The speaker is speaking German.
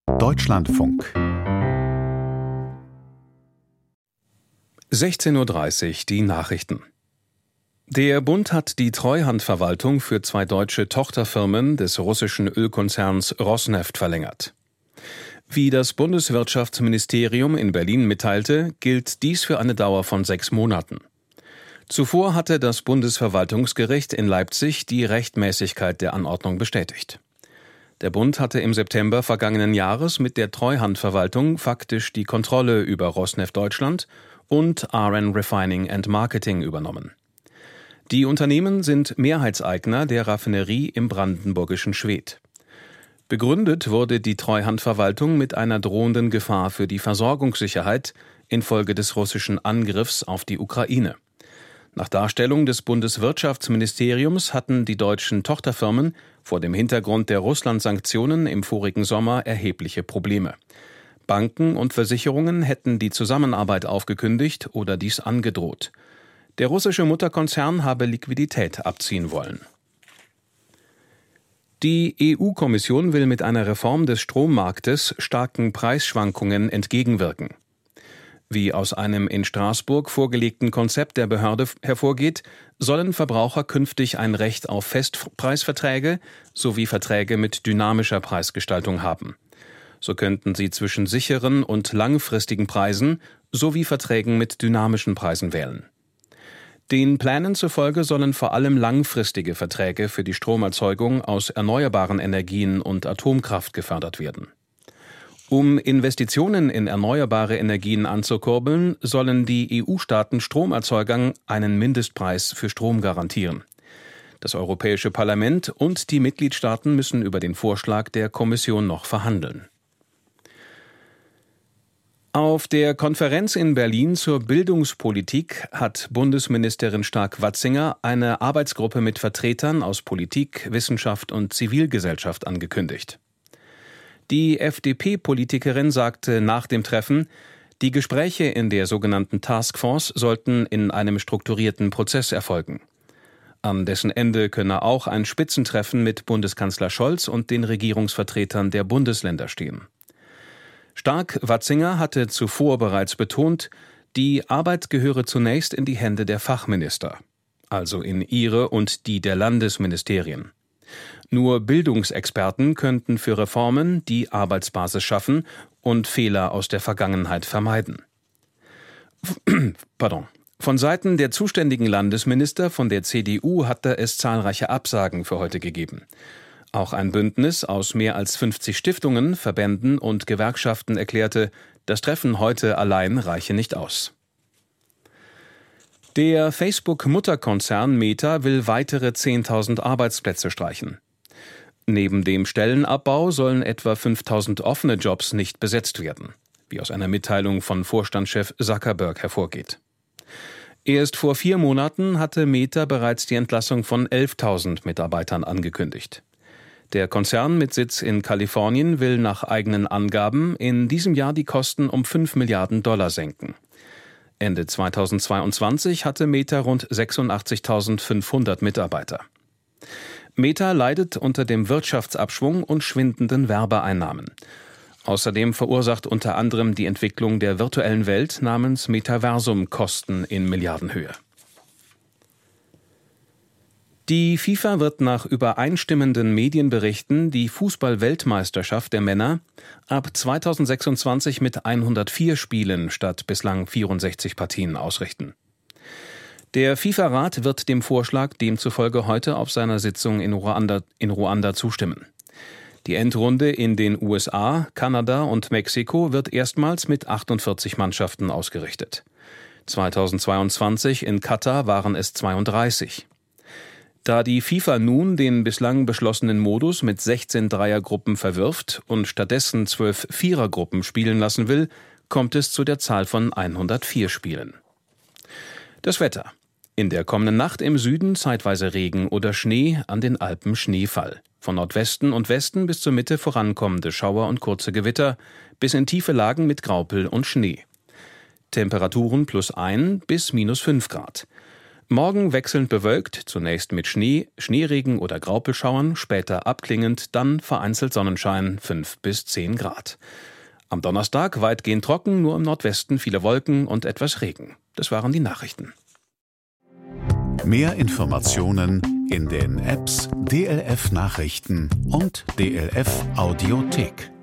Deutschlandfunk 16:30 Uhr die Nachrichten. Der Bund hat die Treuhandverwaltung für 2 deutsche Tochterfirmen des russischen Ölkonzerns Rosneft verlängert. Wie das Bundeswirtschaftsministerium in Berlin mitteilte, gilt dies für eine Dauer von 6 Monaten. Zuvor hatte das Bundesverwaltungsgericht in Leipzig die Rechtmäßigkeit der Anordnung bestätigt. Der Bund hatte im September vergangenen Jahres mit der Treuhandverwaltung faktisch die Kontrolle über Rosneft Deutschland und RN Refining and Marketing übernommen. Die Unternehmen sind Mehrheitseigner der Raffinerie im brandenburgischen Schwedt. Begründet wurde die Treuhandverwaltung mit einer drohenden Gefahr für die Versorgungssicherheit infolge des russischen Angriffs auf die Ukraine. Nach Darstellung des Bundeswirtschaftsministeriums hatten die deutschen Tochterfirmen vor dem Hintergrund der Russland-Sanktionen im vorigen Sommer erhebliche Probleme. Banken und Versicherungen hätten die Zusammenarbeit aufgekündigt oder dies angedroht. Der russische Mutterkonzern habe Liquidität abziehen wollen. Die EU-Kommission will mit einer Reform des Strommarktes starken Preisschwankungen entgegenwirken. Wie aus einem in Straßburg vorgelegten Konzept der Behörde hervorgeht, sollen Verbraucher künftig ein Recht auf Festpreisverträge sowie Verträge mit dynamischer Preisgestaltung haben. So könnten sie zwischen sicheren und langfristigen Preisen sowie Verträgen mit dynamischen Preisen wählen. Den Plänen zufolge sollen vor allem langfristige Verträge für die Stromerzeugung aus erneuerbaren Energien und Atomkraft gefördert werden. Um Investitionen in erneuerbare Energien anzukurbeln, sollen die EU-Staaten Stromerzeugern einen Mindestpreis für Strom garantieren. Das Europäische Parlament und die Mitgliedstaaten müssen über den Vorschlag der Kommission noch verhandeln. Auf der Konferenz in Berlin zur Bildungspolitik hat Bundesministerin Stark-Watzinger eine Arbeitsgruppe mit Vertretern aus Politik, Wissenschaft und Zivilgesellschaft angekündigt. Die FDP-Politikerin sagte nach dem Treffen, die Gespräche in der sogenannten Taskforce sollten in einem strukturierten Prozess erfolgen. An dessen Ende könne auch ein Spitzentreffen mit Bundeskanzler Scholz und den Regierungsvertretern der Bundesländer stehen. Stark-Watzinger hatte zuvor bereits betont, die Arbeit gehöre zunächst in die Hände der Fachminister, also in ihre und die der Landesministerien. Nur Bildungsexperten könnten für Reformen die Arbeitsbasis schaffen und Fehler aus der Vergangenheit vermeiden. Von Seiten der zuständigen Landesminister von der CDU hatte es zahlreiche Absagen für heute gegeben. Auch ein Bündnis aus mehr als 50 Stiftungen, Verbänden und Gewerkschaften erklärte, das Treffen heute allein reiche nicht aus. Der Facebook-Mutterkonzern Meta will weitere 10.000 Arbeitsplätze streichen. Neben dem Stellenabbau sollen etwa 5.000 offene Jobs nicht besetzt werden, wie aus einer Mitteilung von Vorstandschef Zuckerberg hervorgeht. Erst vor 4 Monaten hatte Meta bereits die Entlassung von 11.000 Mitarbeitern angekündigt. Der Konzern mit Sitz in Kalifornien will nach eigenen Angaben in diesem Jahr die Kosten um $5 Milliarden senken. Ende 2022 hatte Meta rund 86.500 Mitarbeiter. Meta leidet unter dem Wirtschaftsabschwung und schwindenden Werbeeinnahmen. Außerdem verursacht unter anderem die Entwicklung der virtuellen Welt namens Metaversum Kosten in Milliardenhöhe. Die FIFA wird nach übereinstimmenden Medienberichten die Fußball-Weltmeisterschaft der Männer ab 2026 mit 104 Spielen statt bislang 64 Partien ausrichten. Der FIFA-Rat wird dem Vorschlag demzufolge heute auf seiner Sitzung in Ruanda zustimmen. Die Endrunde in den USA, Kanada und Mexiko wird erstmals mit 48 Mannschaften ausgerichtet. 2022 in Katar waren es 32. Da die FIFA nun den bislang beschlossenen Modus mit 16 Dreiergruppen verwirft und stattdessen 12 Vierergruppen spielen lassen will, kommt es zu der Zahl von 104 Spielen. Das Wetter. In der kommenden Nacht im Süden zeitweise Regen oder Schnee, an den Alpen Schneefall. Von Nordwesten und Westen bis zur Mitte vorankommende Schauer und kurze Gewitter, bis in tiefe Lagen mit Graupel und Schnee. Temperaturen +1 bis -5 Grad. Morgen wechselnd bewölkt, zunächst mit Schnee, Schneeregen oder Graupelschauern, später abklingend, dann vereinzelt Sonnenschein, 5 bis 10 Grad. Am Donnerstag weitgehend trocken, nur im Nordwesten viele Wolken und etwas Regen. Das waren die Nachrichten. Mehr Informationen in den Apps DLF Nachrichten und DLF Audiothek.